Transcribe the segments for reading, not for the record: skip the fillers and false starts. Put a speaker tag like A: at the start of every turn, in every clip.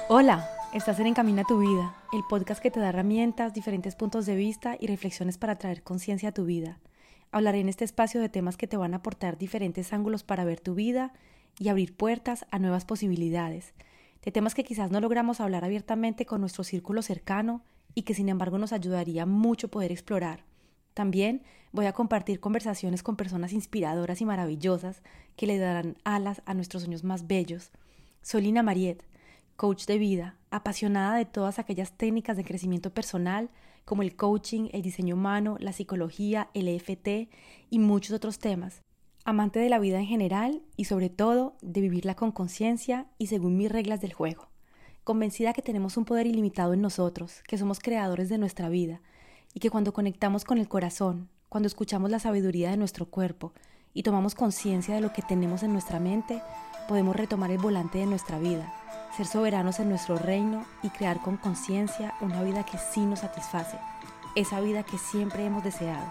A: Hola, estás en Encamina tu Vida, el podcast que te da herramientas, diferentes puntos de vista y reflexiones para traer conciencia a tu vida. Hablaré en este espacio de temas que te van a aportar diferentes ángulos para ver tu vida y abrir puertas a nuevas posibilidades, de temas que quizás no logramos hablar abiertamente con nuestro círculo cercano y que sin embargo nos ayudaría mucho poder explorar. También voy a compartir conversaciones con personas inspiradoras y maravillosas que le darán alas a nuestros sueños más bellos. Soy Lina Mariet, coach de vida, apasionada de todas aquellas técnicas de crecimiento personal como el coaching, el diseño humano, la psicología, el EFT y muchos otros temas. Amante de la vida en general y sobre todo de vivirla con conciencia y según mis reglas del juego. Convencida que tenemos un poder ilimitado en nosotros, que somos creadores de nuestra vida y que cuando conectamos con el corazón, cuando escuchamos la sabiduría de nuestro cuerpo y tomamos conciencia de lo que tenemos en nuestra mente, podemos retomar el volante de nuestra vida, ser soberanos en nuestro reino y crear con conciencia una vida que sí nos satisface, esa vida que siempre hemos deseado.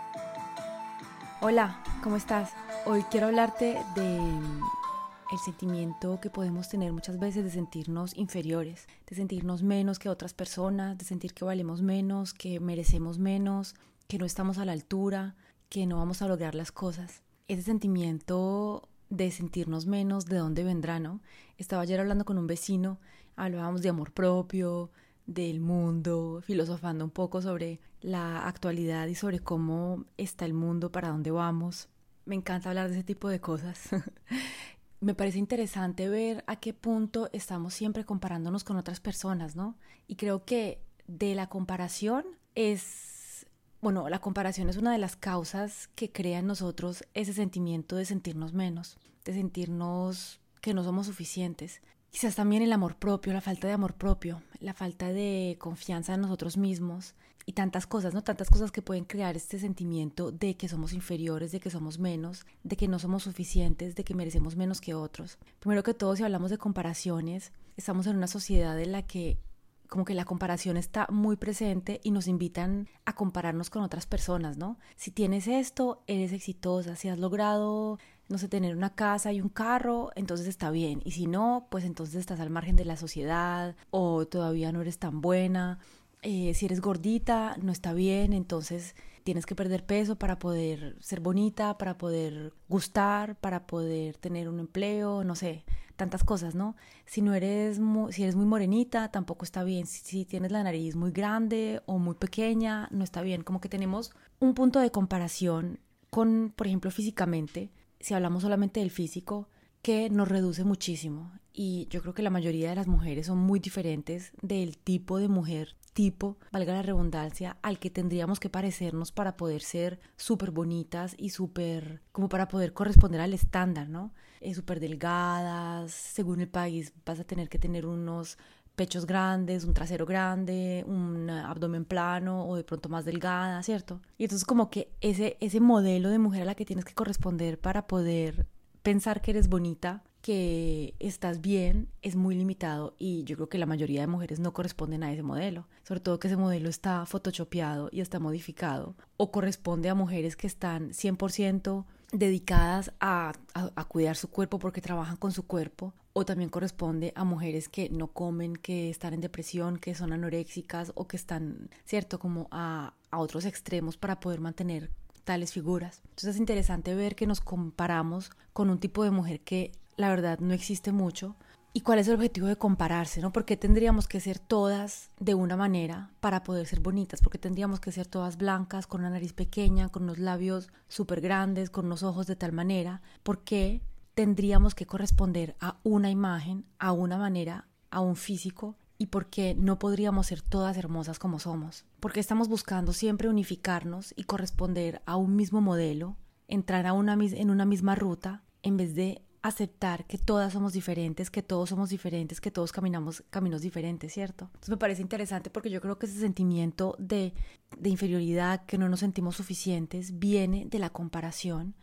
A: Hola, ¿cómo estás? Hoy quiero hablarte de el sentimiento que podemos tener muchas veces de sentirnos inferiores, de sentirnos menos que otras personas, de sentir que valemos menos, que merecemos menos, que no estamos a la altura, que no vamos a lograr las cosas. Ese sentimiento de sentirnos menos, ¿de dónde vendrá, no? Estaba ayer hablando con un vecino, hablábamos de amor propio, del mundo, filosofando un poco sobre la actualidad y sobre cómo está el mundo, para dónde vamos. Me encanta hablar de ese tipo de cosas. Me parece interesante ver a qué punto estamos siempre comparándonos con otras personas, ¿no? Y creo que de la comparación la comparación es una de las causas que crea en nosotros ese sentimiento de sentirnos menos, de sentirnos que no somos suficientes. Quizás también el amor propio, la falta de amor propio, la falta de confianza en nosotros mismos y tantas cosas, ¿no? Tantas cosas que pueden crear este sentimiento de que somos inferiores, de que somos menos, de que no somos suficientes, de que merecemos menos que otros. Primero que todo, si hablamos de comparaciones, estamos en una sociedad en la que como que la comparación está muy presente y nos invitan a compararnos con otras personas, ¿no? Si tienes esto, eres exitosa. Si has logrado, no sé, tener una casa y un carro, entonces está bien. Y si no, pues entonces estás al margen de la sociedad o todavía no eres tan buena. Si eres gordita, no está bien, entonces tienes que perder peso para poder ser bonita, para poder gustar, para poder tener un empleo, no sé, tantas cosas, ¿no? Si eres muy morenita, tampoco está bien. Si tienes la nariz muy grande o muy pequeña, no está bien. Como que tenemos un punto de comparación con, por ejemplo, físicamente, si hablamos solamente del físico, que nos reduce muchísimo. Y yo creo que la mayoría de las mujeres son muy diferentes del tipo de mujer, valga la redundancia, al que tendríamos que parecernos para poder ser súper bonitas y como para poder corresponder al estándar, ¿no? Súper delgadas, según el país vas a tener que tener unos pechos grandes, un trasero grande, un abdomen plano o de pronto más delgada, ¿cierto? Y entonces como que ese modelo de mujer a la que tienes que corresponder para poder pensar que eres bonita, que estás bien, es muy limitado y yo creo que la mayoría de mujeres no corresponden a ese modelo, sobre todo que ese modelo está photoshopeado y está modificado, o corresponde a mujeres que están 100% dedicadas a cuidar su cuerpo porque trabajan con su cuerpo, o también corresponde a mujeres que no comen, que están en depresión, que son anoréxicas o que están, cierto, como a otros extremos para poder mantener tales figuras. Entonces es interesante ver que nos comparamos con un tipo de mujer que la verdad no existe mucho. ¿Y cuál es el objetivo de compararse, no? ¿Por qué tendríamos que ser todas de una manera para poder ser bonitas? ¿Por qué tendríamos que ser todas blancas, con una nariz pequeña, con unos labios súper grandes, con unos ojos de tal manera? ¿Por qué tendríamos que corresponder a una imagen, a una manera, a un físico? ¿Y por qué no podríamos ser todas hermosas como somos? Porque estamos buscando siempre unificarnos y corresponder a un mismo modelo, entrar en una misma ruta, en vez de aceptar que todas somos diferentes, que todos somos diferentes, que todos caminamos caminos diferentes, ¿cierto? Entonces me parece interesante porque yo creo que ese sentimiento de inferioridad, que no nos sentimos suficientes, viene de la comparación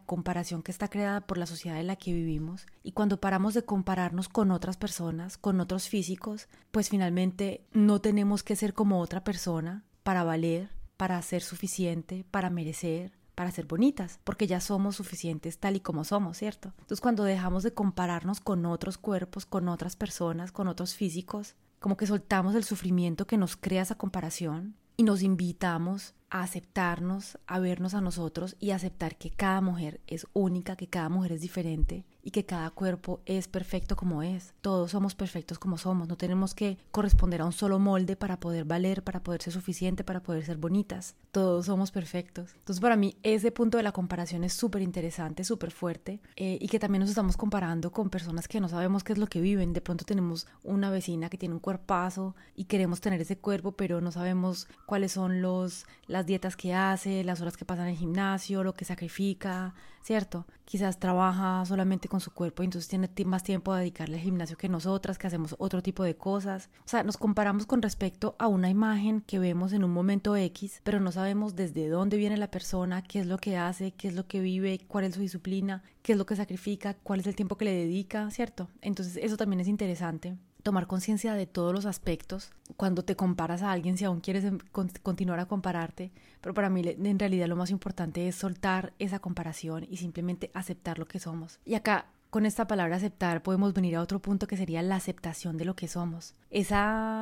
A: que está creada por la sociedad en la que vivimos. Y cuando paramos de compararnos con otras personas, con otros físicos, pues finalmente no tenemos que ser como otra persona para valer, para ser suficiente, para merecer, para ser bonitas, porque ya somos suficientes tal y como somos, ¿cierto? Entonces cuando dejamos de compararnos con otros cuerpos, con otras personas, con otros físicos, como que soltamos el sufrimiento que nos crea esa comparación y nos invitamos a aceptarnos, a vernos a nosotros y a aceptar que cada mujer es única, que cada mujer es diferente y que cada cuerpo es perfecto como es. Todos somos perfectos como somos, no tenemos que corresponder a un solo molde para poder valer, para poder ser suficiente, para poder ser bonitas. Todos somos perfectos. Entonces para mí ese punto de la comparación es súper interesante, súper fuerte, y que también nos estamos comparando con personas que no sabemos qué es lo que viven. De pronto tenemos una vecina que tiene un cuerpazo y queremos tener ese cuerpo, pero no sabemos cuáles son las dietas que hace, las horas que pasa en el gimnasio, lo que sacrifica, ¿cierto? Quizás trabaja solamente con su cuerpo y entonces tiene más tiempo a dedicarle al gimnasio que nosotras, que hacemos otro tipo de cosas. O sea, nos comparamos con respecto a una imagen que vemos en un momento X, pero no sabemos desde dónde viene la persona, qué es lo que hace, qué es lo que vive, cuál es su disciplina, qué es lo que sacrifica, cuál es el tiempo que le dedica, ¿cierto? Entonces eso también es interesante. Tomar conciencia de todos los aspectos cuando te comparas a alguien, si aún quieres continuar a compararte, pero para mí en realidad lo más importante es soltar esa comparación y simplemente aceptar lo que somos. Y acá con esta palabra aceptar podemos venir a otro punto que sería la aceptación de lo que somos. Ese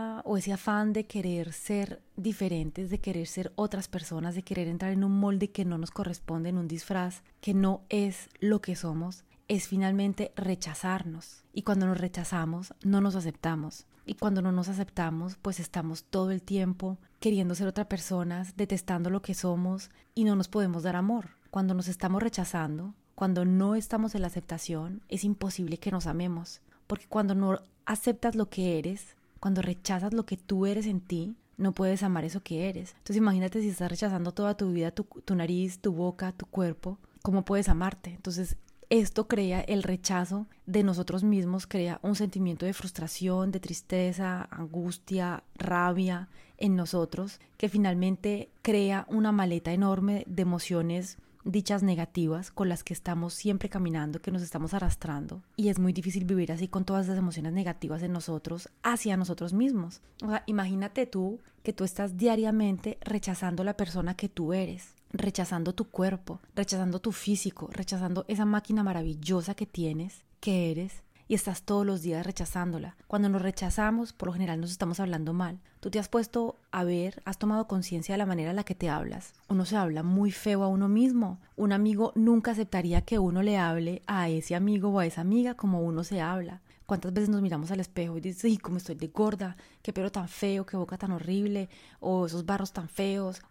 A: afán de querer ser diferentes, de querer ser otras personas, de querer entrar en un molde que no nos corresponde, en un disfraz que no es lo que somos, es finalmente rechazarnos. Y cuando nos rechazamos, no nos aceptamos. Y cuando no nos aceptamos, pues estamos todo el tiempo queriendo ser otra persona, detestando lo que somos y no nos podemos dar amor. Cuando nos estamos rechazando, cuando no estamos en la aceptación, es imposible que nos amemos. Porque cuando no aceptas lo que eres, cuando rechazas lo que tú eres en ti, no puedes amar eso que eres. Entonces imagínate si estás rechazando toda tu vida, tu nariz, tu boca, tu cuerpo, ¿cómo puedes amarte? Entonces esto crea el rechazo de nosotros mismos, crea un sentimiento de frustración, de tristeza, angustia, rabia en nosotros, que finalmente crea una maleta enorme de emociones dichas negativas con las que estamos siempre caminando, que nos estamos arrastrando. Y es muy difícil vivir así con todas esas emociones negativas en nosotros, hacia nosotros mismos. O sea, imagínate tú que tú estás diariamente rechazando la persona que tú eres, rechazando tu cuerpo, rechazando tu físico, rechazando esa máquina maravillosa que tienes, que eres, y estás todos los días rechazándola. Cuando nos rechazamos, por lo general nos estamos hablando mal. Tú te has puesto a ver, has tomado conciencia de la manera en la que te hablas. Uno se habla muy feo a uno mismo. Un amigo nunca aceptaría que uno le hable a ese amigo o a esa amiga como uno se habla. ¿Cuántas veces nos miramos al espejo y dices, ¡ay, cómo estoy de gorda! ¡Qué pelo tan feo! ¡Qué boca tan horrible! O esos barros tan feos.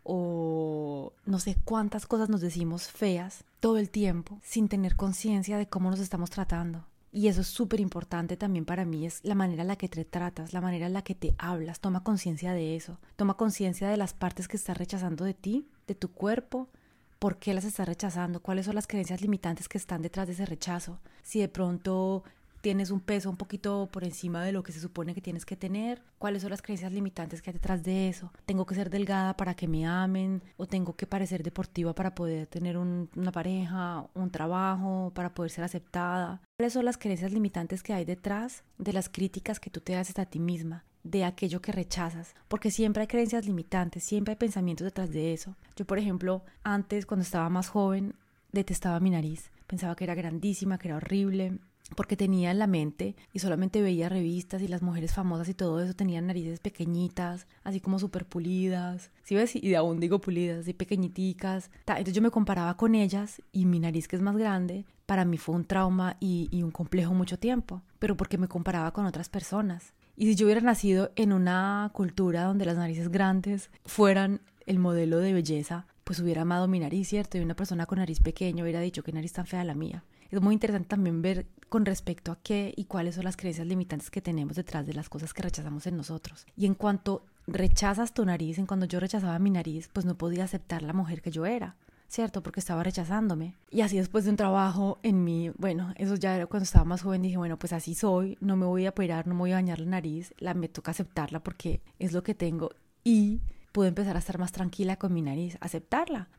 A: O no sé cuántas cosas nos decimos feas todo el tiempo sin tener conciencia de cómo nos estamos tratando. Y eso es súper importante también para mí, es la manera en la que te tratas, la manera en la que te hablas. Toma conciencia de eso. Toma conciencia de las partes que estás rechazando de ti, de tu cuerpo. ¿Por qué las estás rechazando? ¿Cuáles son las creencias limitantes que están detrás de ese rechazo? Si de pronto tienes un peso un poquito por encima de lo que se supone que tienes que tener, ¿cuáles son las creencias limitantes que hay detrás de eso? ¿Tengo que ser delgada para que me amen? ¿O tengo que parecer deportiva para poder tener una pareja, un trabajo, para poder ser aceptada? ¿Cuáles son las creencias limitantes que hay detrás de las críticas que tú te haces a ti misma, de aquello que rechazas? Porque siempre hay creencias limitantes, siempre hay pensamientos detrás de eso. Yo, por ejemplo, antes, cuando estaba más joven, detestaba mi nariz. Pensaba que era grandísima, que era horrible, porque tenía en la mente y solamente veía revistas y las mujeres famosas y todo eso tenían narices pequeñitas, así como súper pulidas, ¿sí ves? Y aún digo pulidas, así pequeñiticas. Entonces yo me comparaba con ellas y mi nariz, que es más grande, para mí fue un trauma y un complejo mucho tiempo, pero porque me comparaba con otras personas. Y si yo hubiera nacido en una cultura donde las narices grandes fueran el modelo de belleza, pues hubiera amado mi nariz, ¿cierto? Y una persona con nariz pequeña hubiera dicho, qué nariz tan fea la mía. Es muy interesante también ver con respecto a qué y cuáles son las creencias limitantes que tenemos detrás de las cosas que rechazamos en nosotros. Y en cuanto rechazas tu nariz, en cuando yo rechazaba mi nariz, pues no podía aceptar la mujer que yo era, ¿cierto? Porque estaba rechazándome. Y así después de un trabajo en mí, bueno, eso ya era cuando estaba más joven, dije, bueno, pues así soy, no me voy a operar, no me voy a dañar la nariz, me toca aceptarla porque es lo que tengo. Y pude empezar a estar más tranquila con mi nariz, aceptarla,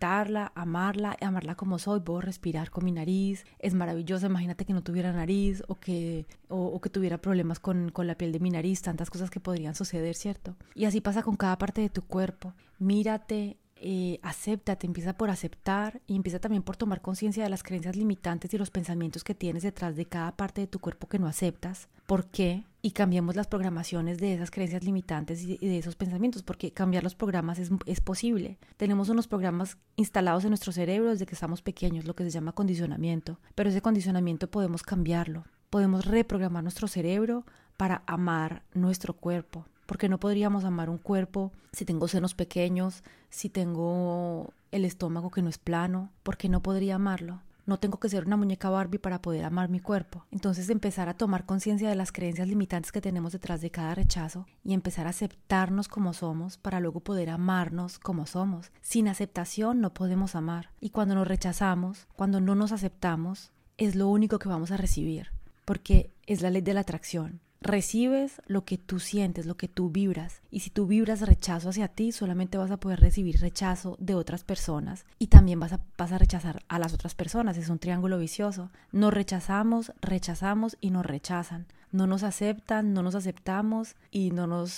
A: amarla como soy. Puedo respirar con mi nariz, es maravillosa. Imagínate que no tuviera nariz o que tuviera problemas con la piel de mi nariz, tantas cosas que podrían suceder, ¿cierto? Y así pasa con cada parte de tu cuerpo. Mírate, acéptate, empieza por aceptar y empieza también por tomar conciencia de las creencias limitantes y los pensamientos que tienes detrás de cada parte de tu cuerpo que no aceptas. ¿Por qué? Y cambiemos las programaciones de esas creencias limitantes y de esos pensamientos, porque cambiar los programas es posible. Tenemos unos programas instalados en nuestro cerebro desde que estamos pequeños, lo que se llama condicionamiento, pero ese condicionamiento podemos cambiarlo, podemos reprogramar nuestro cerebro para amar nuestro cuerpo. Porque no podríamos amar un cuerpo si tengo senos pequeños, si tengo el estómago que no es plano, porque no podría amarlo. No tengo que ser una muñeca Barbie para poder amar mi cuerpo. Entonces empezar a tomar conciencia de las creencias limitantes que tenemos detrás de cada rechazo y empezar a aceptarnos como somos para luego poder amarnos como somos. Sin aceptación no podemos amar. Y cuando nos rechazamos, cuando no nos aceptamos, es lo único que vamos a recibir, porque es la ley de la atracción. Recibes lo que tú sientes, lo que tú vibras. Y si tú vibras rechazo hacia ti, solamente vas a poder recibir rechazo de otras personas. Y también vas a rechazar a las otras personas. Es un triángulo vicioso. Nos rechazamos, rechazamos y nos rechazan. No nos aceptan, no nos aceptamos y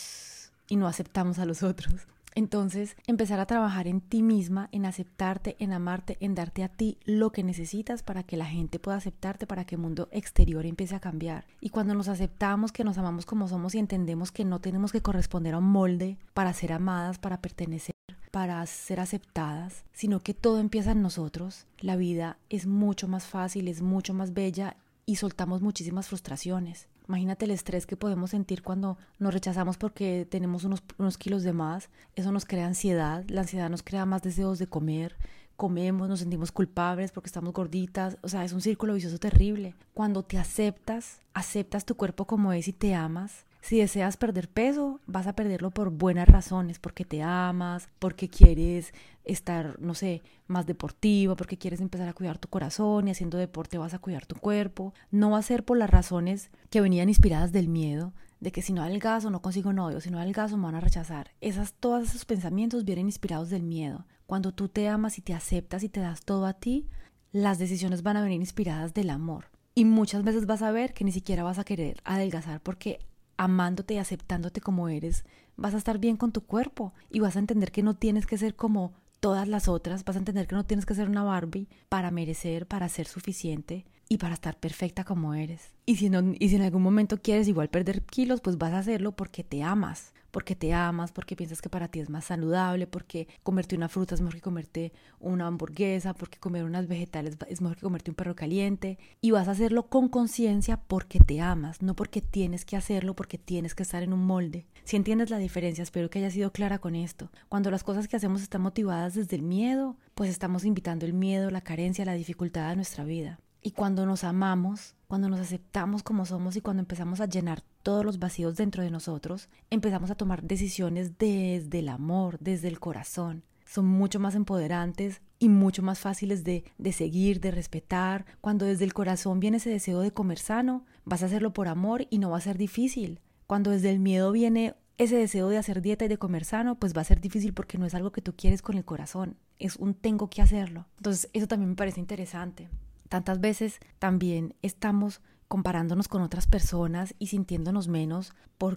A: no aceptamos a los otros. Entonces, empezar a trabajar en ti misma, en aceptarte, en amarte, en darte a ti lo que necesitas para que la gente pueda aceptarte, para que el mundo exterior empiece a cambiar. Y cuando nos aceptamos, que nos amamos como somos y entendemos que no tenemos que corresponder a un molde para ser amadas, para pertenecer, para ser aceptadas, sino que todo empieza en nosotros, la vida es mucho más fácil, es mucho más bella y soltamos muchísimas frustraciones. Imagínate el estrés que podemos sentir cuando nos rechazamos porque tenemos unos kilos de más. Eso nos crea ansiedad. La ansiedad nos crea más deseos de comer. Comemos, nos sentimos culpables porque estamos gorditas. O sea, es un círculo vicioso terrible. Cuando te aceptas tu cuerpo como es y te amas. Si deseas perder peso, vas a perderlo por buenas razones, porque te amas, porque quieres estar, no sé, más deportivo, porque quieres empezar a cuidar tu corazón y haciendo deporte vas a cuidar tu cuerpo. No va a ser por las razones que venían inspiradas del miedo, de que si no adelgazo no consigo novio, si no adelgazo me van a rechazar. Todos esos pensamientos vienen inspirados del miedo. Cuando tú te amas y te aceptas y te das todo a ti, las decisiones van a venir inspiradas del amor. Y muchas veces vas a ver que ni siquiera vas a querer adelgazar porque amándote y aceptándote como eres, vas a estar bien con tu cuerpo y vas a entender que no tienes que ser como todas las otras, vas a entender que no tienes que ser una Barbie para merecer, para ser suficiente y para estar perfecta como eres. Y si en algún momento quieres igual perder kilos, pues vas a hacerlo porque te amas, porque piensas que para ti es más saludable, porque comerte una fruta es mejor que comerte una hamburguesa, porque comer unas vegetales es mejor que comerte un perro caliente. Y vas a hacerlo con conciencia porque te amas, no porque tienes que hacerlo, porque tienes que estar en un molde. Si entiendes la diferencia, espero que hayas sido clara con esto. Cuando las cosas que hacemos están motivadas desde el miedo, pues estamos invitando el miedo, la carencia, la dificultad a nuestra vida. Y cuando nos amamos, cuando nos aceptamos como somos y cuando empezamos a llenar todos los vacíos dentro de nosotros, empezamos a tomar decisiones desde el amor, desde el corazón. Son mucho más empoderantes y mucho más fáciles de seguir, de respetar. Cuando desde el corazón viene ese deseo de comer sano, vas a hacerlo por amor y no va a ser difícil. Cuando desde el miedo viene ese deseo de hacer dieta y de comer sano, pues va a ser difícil porque no es algo que tú quieres con el corazón. Es un tengo que hacerlo. Entonces eso también me parece interesante. Tantas veces también estamos comparándonos con otras personas y sintiéndonos menos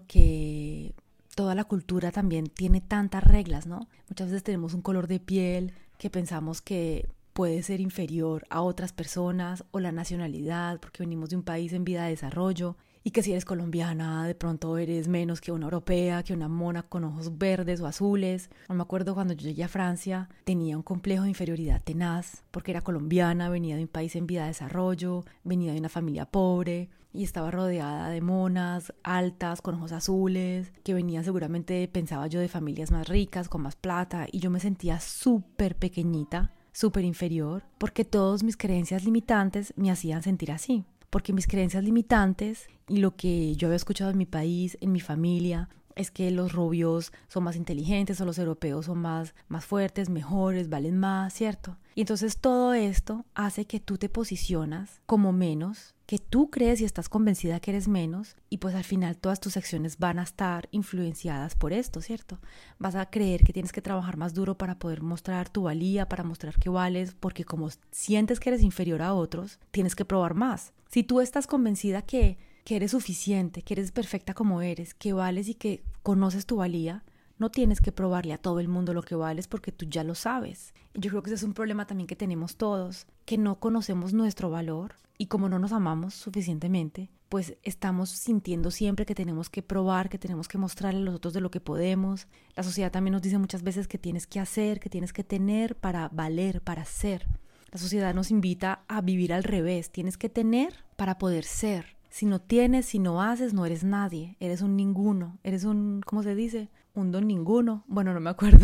A: porque toda la cultura también tiene tantas reglas, ¿no? Muchas veces tenemos un color de piel que pensamos que puede ser inferior a otras personas o la nacionalidad porque venimos de un país en vía de desarrollo y que si eres colombiana de pronto eres menos que una europea, que una mona con ojos verdes o azules. No me acuerdo cuando yo llegué a Francia, tenía un complejo de inferioridad tenaz porque era colombiana, venía de un país en vía de desarrollo, venía de una familia pobre y estaba rodeada de monas altas con ojos azules que venían seguramente, pensaba yo, de familias más ricas, con más plata, y yo me sentía súper pequeñita, súper inferior porque todas mis creencias limitantes me hacían sentir así. Porque mis creencias limitantes y lo que yo había escuchado en mi país, en mi familia, es que los rubios son más inteligentes o los europeos son más fuertes, mejores, valen más, ¿cierto? Y entonces todo esto hace que tú te posicionas como menos, que tú crees y estás convencida que eres menos, y pues al final todas tus acciones van a estar influenciadas por esto, ¿cierto? Vas a creer que tienes que trabajar más duro para poder mostrar tu valía, para mostrar que vales, porque como sientes que eres inferior a otros, tienes que probar más. Si tú estás convencida que eres suficiente, que eres perfecta como eres, que vales y que conoces tu valía, No tienes que probarle a todo el mundo lo que vales porque tú ya lo sabes. Y yo creo que ese es un problema también que tenemos todos, que no conocemos nuestro valor y como no nos amamos suficientemente, pues estamos sintiendo siempre que tenemos que probar, que tenemos que mostrarle a los otros de lo que podemos. La sociedad también nos dice muchas veces que tienes que hacer, que tienes que tener para valer, para ser. La sociedad nos invita a vivir al revés. Tienes que tener para poder ser. Si no tienes, si no haces, no eres nadie. Eres un ninguno. Eres un, ¿cómo se dice? Un don ninguno. Bueno, no me acuerdo.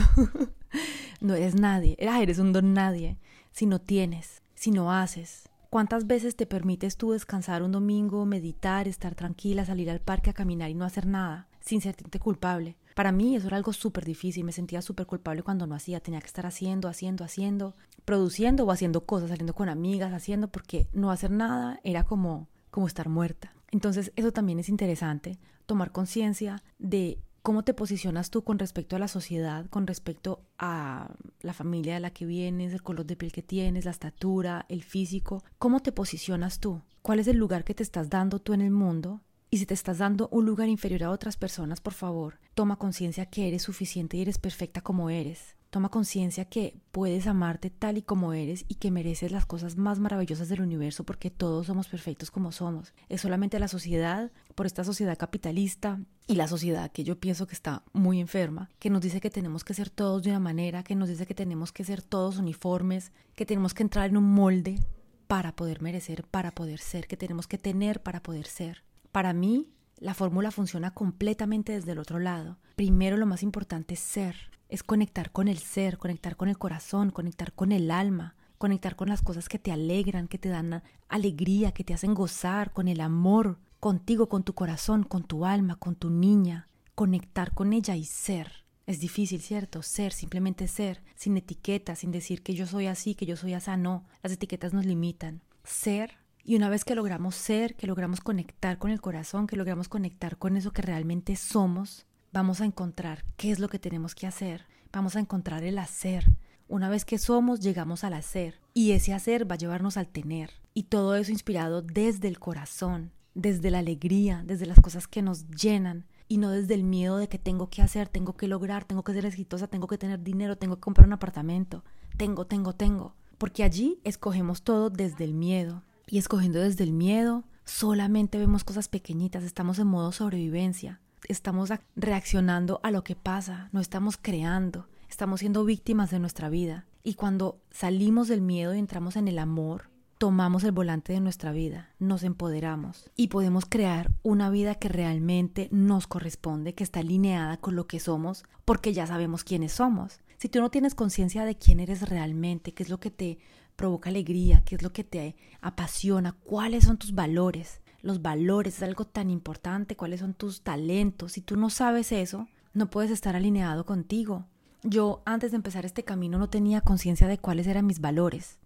A: No eres nadie. Eres un don nadie. Si no tienes, si no haces. ¿Cuántas veces te permites tú descansar un domingo, meditar, estar tranquila, salir al parque a caminar y no hacer nada, sin sentirte culpable? Para mí eso era algo súper difícil, me sentía súper culpable cuando no hacía, tenía que estar haciendo, produciendo o haciendo cosas, saliendo con amigas, haciendo, porque no hacer nada era como estar muerta. Entonces eso también es interesante, tomar conciencia de cómo te posicionas tú con respecto a la sociedad, con respecto a la familia de la que vienes, el color de piel que tienes, la estatura, el físico. ¿Cómo te posicionas tú? ¿Cuál es el lugar que te estás dando tú en el mundo? Y si te estás dando un lugar inferior a otras personas, por favor, toma conciencia que eres suficiente y eres perfecta como eres. Toma conciencia que puedes amarte tal y como eres y que mereces las cosas más maravillosas del universo porque todos somos perfectos como somos. Es solamente la sociedad, por esta sociedad capitalista y la sociedad que yo pienso que está muy enferma, que nos dice que tenemos que ser todos de una manera, que nos dice que tenemos que ser todos uniformes, que tenemos que entrar en un molde para poder merecer, para poder ser, que tenemos que tener para poder ser. Para mí, la fórmula funciona completamente desde el otro lado. Primero, lo más importante es ser, es conectar con el ser, conectar con el corazón, conectar con el alma, conectar con las cosas que te alegran, que te dan alegría, que te hacen gozar, con el amor, contigo, con tu corazón, con tu alma, con tu niña, conectar con ella y ser. Es difícil, ¿cierto? Ser, simplemente ser, sin etiquetas, sin decir que yo soy así, que yo soy así, no. Las etiquetas nos limitan. Ser. Y una vez que logramos ser, que logramos conectar con el corazón, que logramos conectar con eso que realmente somos, vamos a encontrar qué es lo que tenemos que hacer. Vamos a encontrar el hacer. Una vez que somos, llegamos al hacer. Y ese hacer va a llevarnos al tener. Y todo eso inspirado desde el corazón, desde la alegría, desde las cosas que nos llenan. Y no desde el miedo de que tengo que hacer, tengo que lograr, tengo que ser exitosa, tengo que tener dinero, tengo que comprar un apartamento. Tengo. Porque allí escogemos todo desde el miedo. Y escogiendo desde el miedo, solamente vemos cosas pequeñitas, estamos en modo sobrevivencia, estamos reaccionando a lo que pasa, no estamos creando, estamos siendo víctimas de nuestra vida. Y cuando salimos del miedo y entramos en el amor, tomamos el volante de nuestra vida, nos empoderamos y podemos crear una vida que realmente nos corresponde, que está alineada con lo que somos, porque ya sabemos quiénes somos. Si tú no tienes conciencia de quién eres realmente, qué es lo que te provoca alegría, qué es lo que te apasiona, cuáles son tus valores. Los valores es algo tan importante, cuáles son tus talentos. Si tú no sabes eso, no puedes estar alineado contigo. Yo antes de empezar este camino no tenía conciencia de cuáles eran mis valores.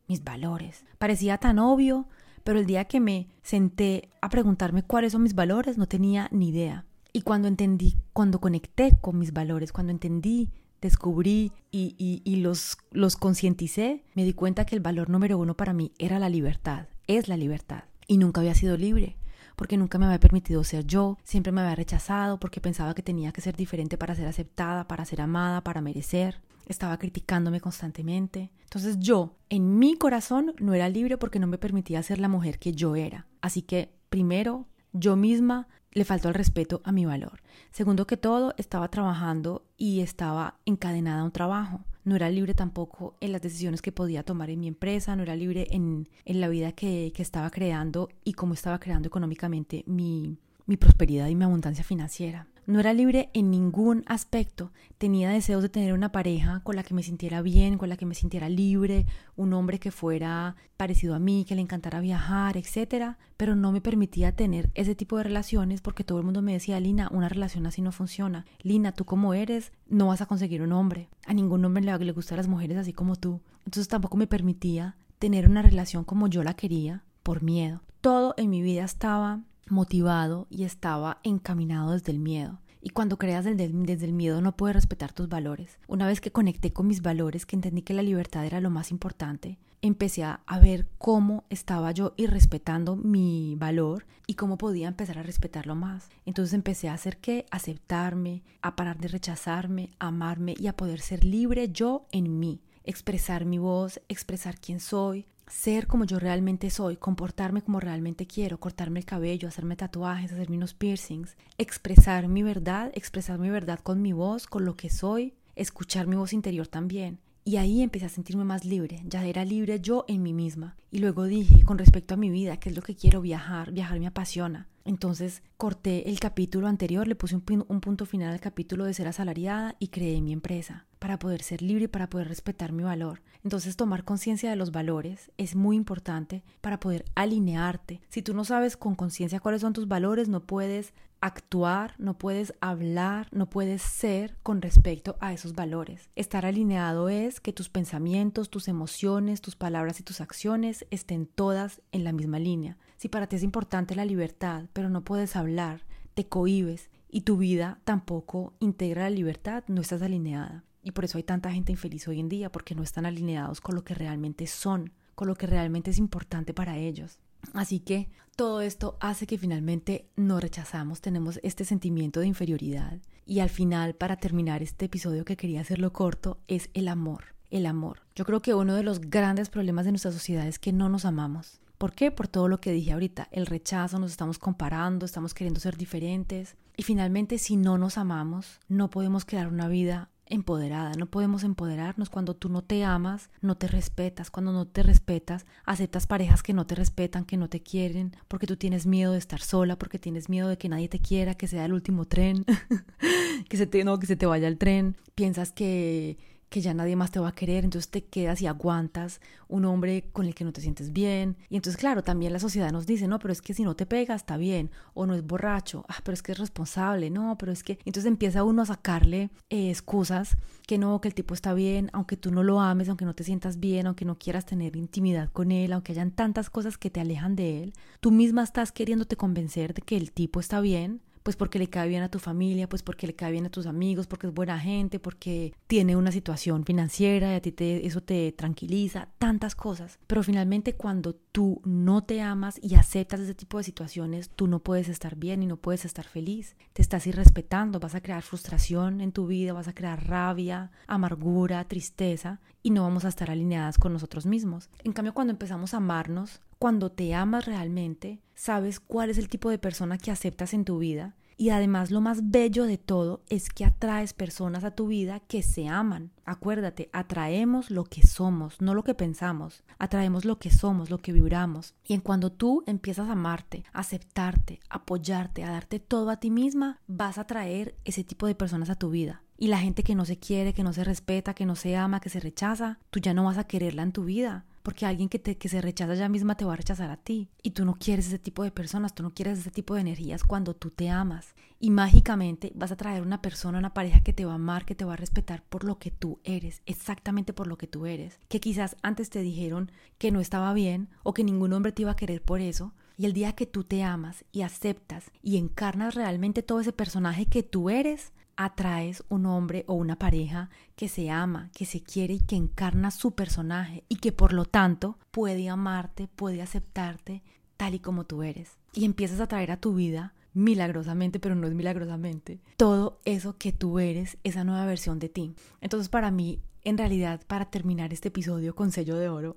A: Parecía tan obvio, pero el día que me senté a preguntarme cuáles son mis valores, no tenía ni idea. Y cuando entendí, cuando conecté con mis valores, cuando entendí, descubrí y los concienticé, me di cuenta que el valor número uno para mí era la libertad, es la libertad. Y nunca había sido libre, porque nunca me había permitido ser yo, siempre me había rechazado porque pensaba que tenía que ser diferente para ser aceptada, para ser amada, para merecer. Estaba criticándome constantemente. Entonces yo, en mi corazón, no era libre porque no me permitía ser la mujer que yo era. Así que, primero, yo misma le faltó el respeto a mi valor. Segundo que todo, estaba trabajando y estaba encadenada a un trabajo. No era libre tampoco en las decisiones que podía tomar en mi empresa, no era libre en la vida que estaba creando y cómo estaba creando económicamente mi prosperidad y mi abundancia financiera. No era libre en ningún aspecto. Tenía deseos de tener una pareja con la que me sintiera bien, con la que me sintiera libre, un hombre que fuera parecido a mí, que le encantara viajar, etc. Pero no me permitía tener ese tipo de relaciones porque todo el mundo me decía, Lina, una relación así no funciona. Lina, tú como eres, no vas a conseguir un hombre. A ningún hombre le gustan las mujeres así como tú. Entonces tampoco me permitía tener una relación como yo la quería por miedo. Todo en mi vida estaba motivado y estaba encaminado desde el miedo. Y cuando creas desde el miedo no puedes respetar tus valores. Una vez que conecté con mis valores, que entendí que la libertad era lo más importante, empecé a ver cómo estaba yo irrespetando mi valor y cómo podía empezar a respetarlo más. Entonces empecé a hacer ¿qué? Aceptarme, a parar de rechazarme, a amarme y a poder ser libre yo en mí, expresar mi voz, expresar quién soy, ser como yo realmente soy, comportarme como realmente quiero, cortarme el cabello, hacerme tatuajes, hacerme unos piercings, expresar mi verdad con mi voz, con lo que soy, escuchar mi voz interior también. Y ahí empecé a sentirme más libre, ya era libre yo en mí misma. Y luego dije, con respecto a mi vida, ¿qué es lo que quiero? Viajar me apasiona. Entonces corté el capítulo anterior, le puse un punto final al capítulo de ser asalariada y creé mi empresa para poder ser libre y para poder respetar mi valor. Entonces tomar conciencia de los valores es muy importante para poder alinearte. Si tú no sabes con conciencia cuáles son tus valores, no puedes actuar, no puedes hablar, no puedes ser con respecto a esos valores. Estar alineado es que tus pensamientos, tus emociones, tus palabras y tus acciones estén todas en la misma línea. Si para ti es importante la libertad, pero no puedes hablar, te cohibes y tu vida tampoco integra la libertad, no estás alineada. Y por eso hay tanta gente infeliz hoy en día, porque no están alineados con lo que realmente son, con lo que realmente es importante para ellos. Así que todo esto hace que finalmente nos rechazamos, tenemos este sentimiento de inferioridad. Y al final, para terminar este episodio que quería hacerlo corto, es el amor. El amor. Yo creo que uno de los grandes problemas de nuestra sociedad es que no nos amamos. ¿Por qué? Por todo lo que dije ahorita, el rechazo, nos estamos comparando, estamos queriendo ser diferentes. Y finalmente, si no nos amamos, no podemos crear una vida empoderada, no podemos empoderarnos cuando tú no te amas, no te respetas, cuando no te respetas, aceptas parejas que no te respetan, que no te quieren, porque tú tienes miedo de estar sola, porque tienes miedo de que nadie te quiera, que sea el último tren, que se te vaya el tren, piensas que ya nadie más te va a querer, entonces te quedas y aguantas un hombre con el que no te sientes bien. Y entonces, claro, también la sociedad nos dice, no, pero es que si no te pega, está bien, o no es borracho, pero es que es responsable, no, pero es que... Entonces empieza uno a sacarle excusas, que no, que el tipo está bien, aunque tú no lo ames, aunque no te sientas bien, aunque no quieras tener intimidad con él, aunque hayan tantas cosas que te alejan de él, tú misma estás queriéndote convencer de que el tipo está bien, pues porque le cae bien a tu familia, pues porque le cae bien a tus amigos, porque es buena gente, porque tiene una situación financiera y a ti eso te tranquiliza, tantas cosas. Pero finalmente cuando tú no te amas y aceptas ese tipo de situaciones, tú no puedes estar bien y no puedes estar feliz. Te estás irrespetando, vas a crear frustración en tu vida, vas a crear rabia, amargura, tristeza y no vamos a estar alineadas con nosotros mismos. En cambio, cuando empezamos a amarnos, cuando te amas realmente, sabes cuál es el tipo de persona que aceptas en tu vida y además lo más bello de todo es que atraes personas a tu vida que se aman. Acuérdate, atraemos lo que somos, no lo que pensamos. Atraemos lo que somos, lo que vibramos. Y en cuando tú empiezas a amarte, a aceptarte, a apoyarte, a darte todo a ti misma, vas a atraer ese tipo de personas a tu vida. Y la gente que no se quiere, que no se respeta, que no se ama, que se rechaza, tú ya no vas a quererla en tu vida. Porque alguien que se rechaza ya misma te va a rechazar a ti. Y tú no quieres ese tipo de personas, tú no quieres ese tipo de energías cuando tú te amas. Y mágicamente vas a traer una persona, una pareja que te va a amar, que te va a respetar por lo que tú eres, exactamente por lo que tú eres. Que quizás antes te dijeron que no estaba bien o que ningún hombre te iba a querer por eso. Y el día que tú te amas y aceptas y encarnas realmente todo ese personaje que tú eres, atraes un hombre o una pareja que se ama, que se quiere y que encarna su personaje y que por lo tanto puede amarte, puede aceptarte tal y como tú eres. Y empiezas a traer a tu vida milagrosamente, pero no es milagrosamente, todo eso que tú eres, esa nueva versión de ti. Entonces para mí, en realidad, para terminar este episodio con sello de oro,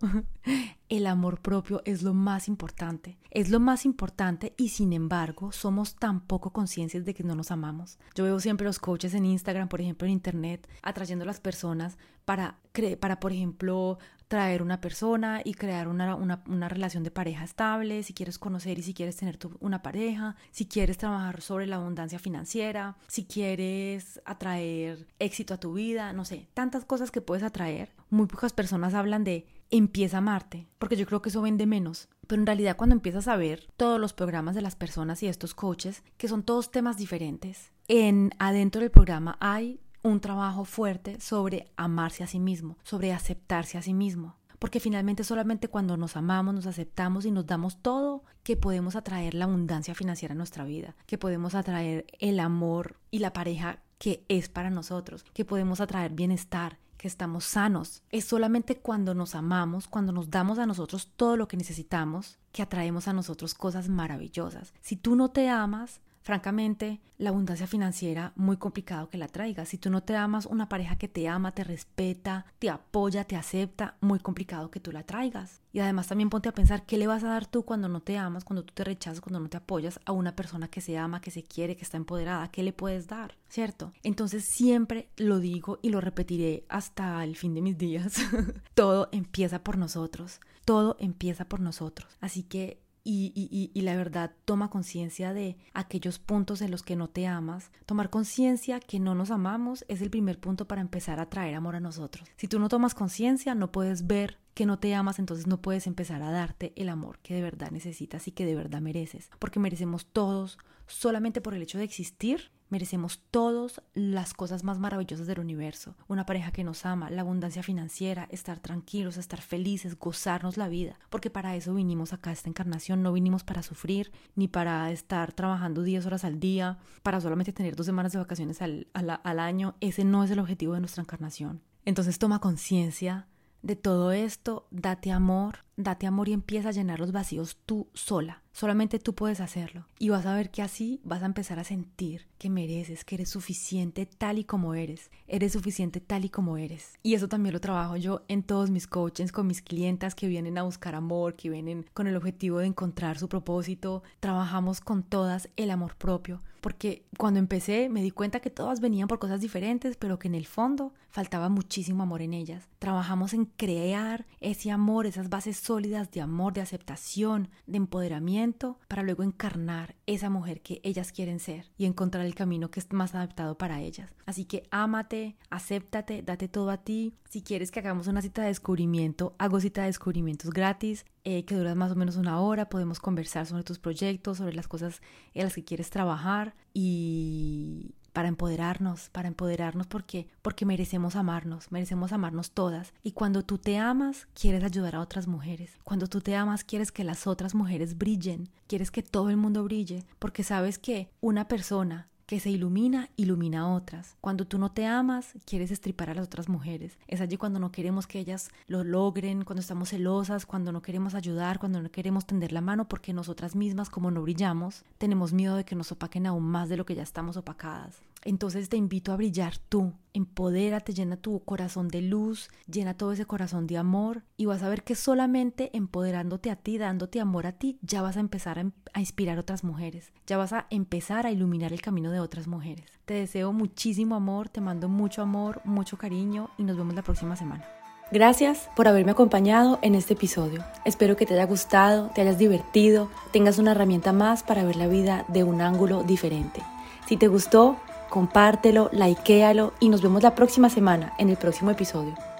A: el amor propio es lo más importante. Es lo más importante y sin embargo somos tan poco conscientes de que no nos amamos. Yo veo siempre los coaches en Instagram, por ejemplo en internet, atrayendo a las personas para por ejemplo, traer una persona y crear una relación de pareja estable, si quieres conocer y si quieres tener una pareja, si quieres trabajar sobre la abundancia financiera, si quieres atraer éxito a tu vida, no sé, tantas cosas que puedes atraer. Muy pocas personas hablan de empieza a amarte, porque yo creo que eso vende menos. Pero en realidad cuando empiezas a ver todos los programas de las personas y estos coaches, que son todos temas diferentes, adentro del programa hay un trabajo fuerte sobre amarse a sí mismo, sobre aceptarse a sí mismo. Porque finalmente solamente cuando nos amamos, nos aceptamos y nos damos todo, que podemos atraer la abundancia financiera a nuestra vida, que podemos atraer el amor y la pareja que es para nosotros, que podemos atraer bienestar, que estamos sanos. Es solamente cuando nos amamos, cuando nos damos a nosotros todo lo que necesitamos, que atraemos a nosotros cosas maravillosas. Si tú no te amas, francamente, la abundancia financiera, muy complicado que la traigas. Si tú no te amas, una pareja que te ama, te respeta, te apoya, te acepta, muy complicado que tú la traigas. Y además también ponte a pensar, ¿qué le vas a dar tú cuando no te amas, cuando tú te rechazas, cuando no te apoyas a una persona que se ama, que se quiere, que está empoderada? ¿Qué le puedes dar? ¿Cierto? Entonces siempre lo digo y lo repetiré hasta el fin de mis días. Todo empieza por nosotros. Todo empieza por nosotros. Así que y la verdad, toma conciencia de aquellos puntos en los que no te amas. Tomar conciencia que no nos amamos es el primer punto para empezar a traer amor a nosotros. Si tú no tomas conciencia, no puedes ver que no te amas, entonces no puedes empezar a darte el amor que de verdad necesitas y que de verdad mereces. Porque merecemos todos, solamente por el hecho de existir, merecemos todos las cosas más maravillosas del universo. Una pareja que nos ama, la abundancia financiera, estar tranquilos, estar felices, gozarnos la vida. Porque para eso vinimos acá a esta encarnación, no vinimos para sufrir, ni para estar trabajando 10 horas al día, para solamente tener 2 semanas de vacaciones al año. Ese no es el objetivo de nuestra encarnación. Entonces toma conciencia de todo esto, date amor y empieza a llenar los vacíos tú sola. Solamente tú puedes hacerlo. Y vas a ver que así vas a empezar a sentir que mereces, que eres suficiente tal y como eres. Eres suficiente tal y como eres. Y eso también lo trabajo yo en todos mis coachings con mis clientas que vienen a buscar amor, que vienen con el objetivo de encontrar su propósito. Trabajamos con todas el amor propio. Porque cuando empecé me di cuenta que todas venían por cosas diferentes, pero que en el fondo faltaba muchísimo amor en ellas. Trabajamos en crear ese amor, esas bases sólidas de amor, de aceptación, de empoderamiento, para luego encarnar esa mujer que ellas quieren ser y encontrar el camino que es más adaptado para ellas. Así que ámate, acéptate, date todo a ti. Si quieres que hagamos una cita de descubrimiento, hago cita de descubrimientos gratis, que duran más o menos 1 hora. Podemos conversar sobre tus proyectos, sobre las cosas en las que quieres trabajar y para empoderarnos porque merecemos amarnos todas. Y cuando tú te amas, quieres ayudar a otras mujeres. Cuando tú te amas, quieres que las otras mujeres brillen, quieres que todo el mundo brille, porque sabes que una persona que se ilumina a otras. Cuando tú no te amas, quieres estripar a las otras mujeres. Es allí cuando no queremos que ellas lo logren, cuando estamos celosas, cuando no queremos ayudar, cuando no queremos tender la mano, porque nosotras mismas, como no brillamos, tenemos miedo de que nos opaquen aún más de lo que ya estamos opacadas. Entonces te invito a brillar tú, empodérate, llena tu corazón de luz, llena todo ese corazón de amor y vas a ver que solamente empoderándote a ti, dándote amor a ti, ya vas a empezar a inspirar a otras mujeres, ya vas a empezar a iluminar el camino de otras mujeres. Te deseo muchísimo amor, te mando mucho amor, mucho cariño y nos vemos la próxima semana. Gracias por haberme acompañado en este episodio. Espero que te haya gustado, te hayas divertido, tengas una herramienta más para ver la vida de un ángulo diferente. Si te gustó, compártelo, likealo y nos vemos la próxima semana en el próximo episodio.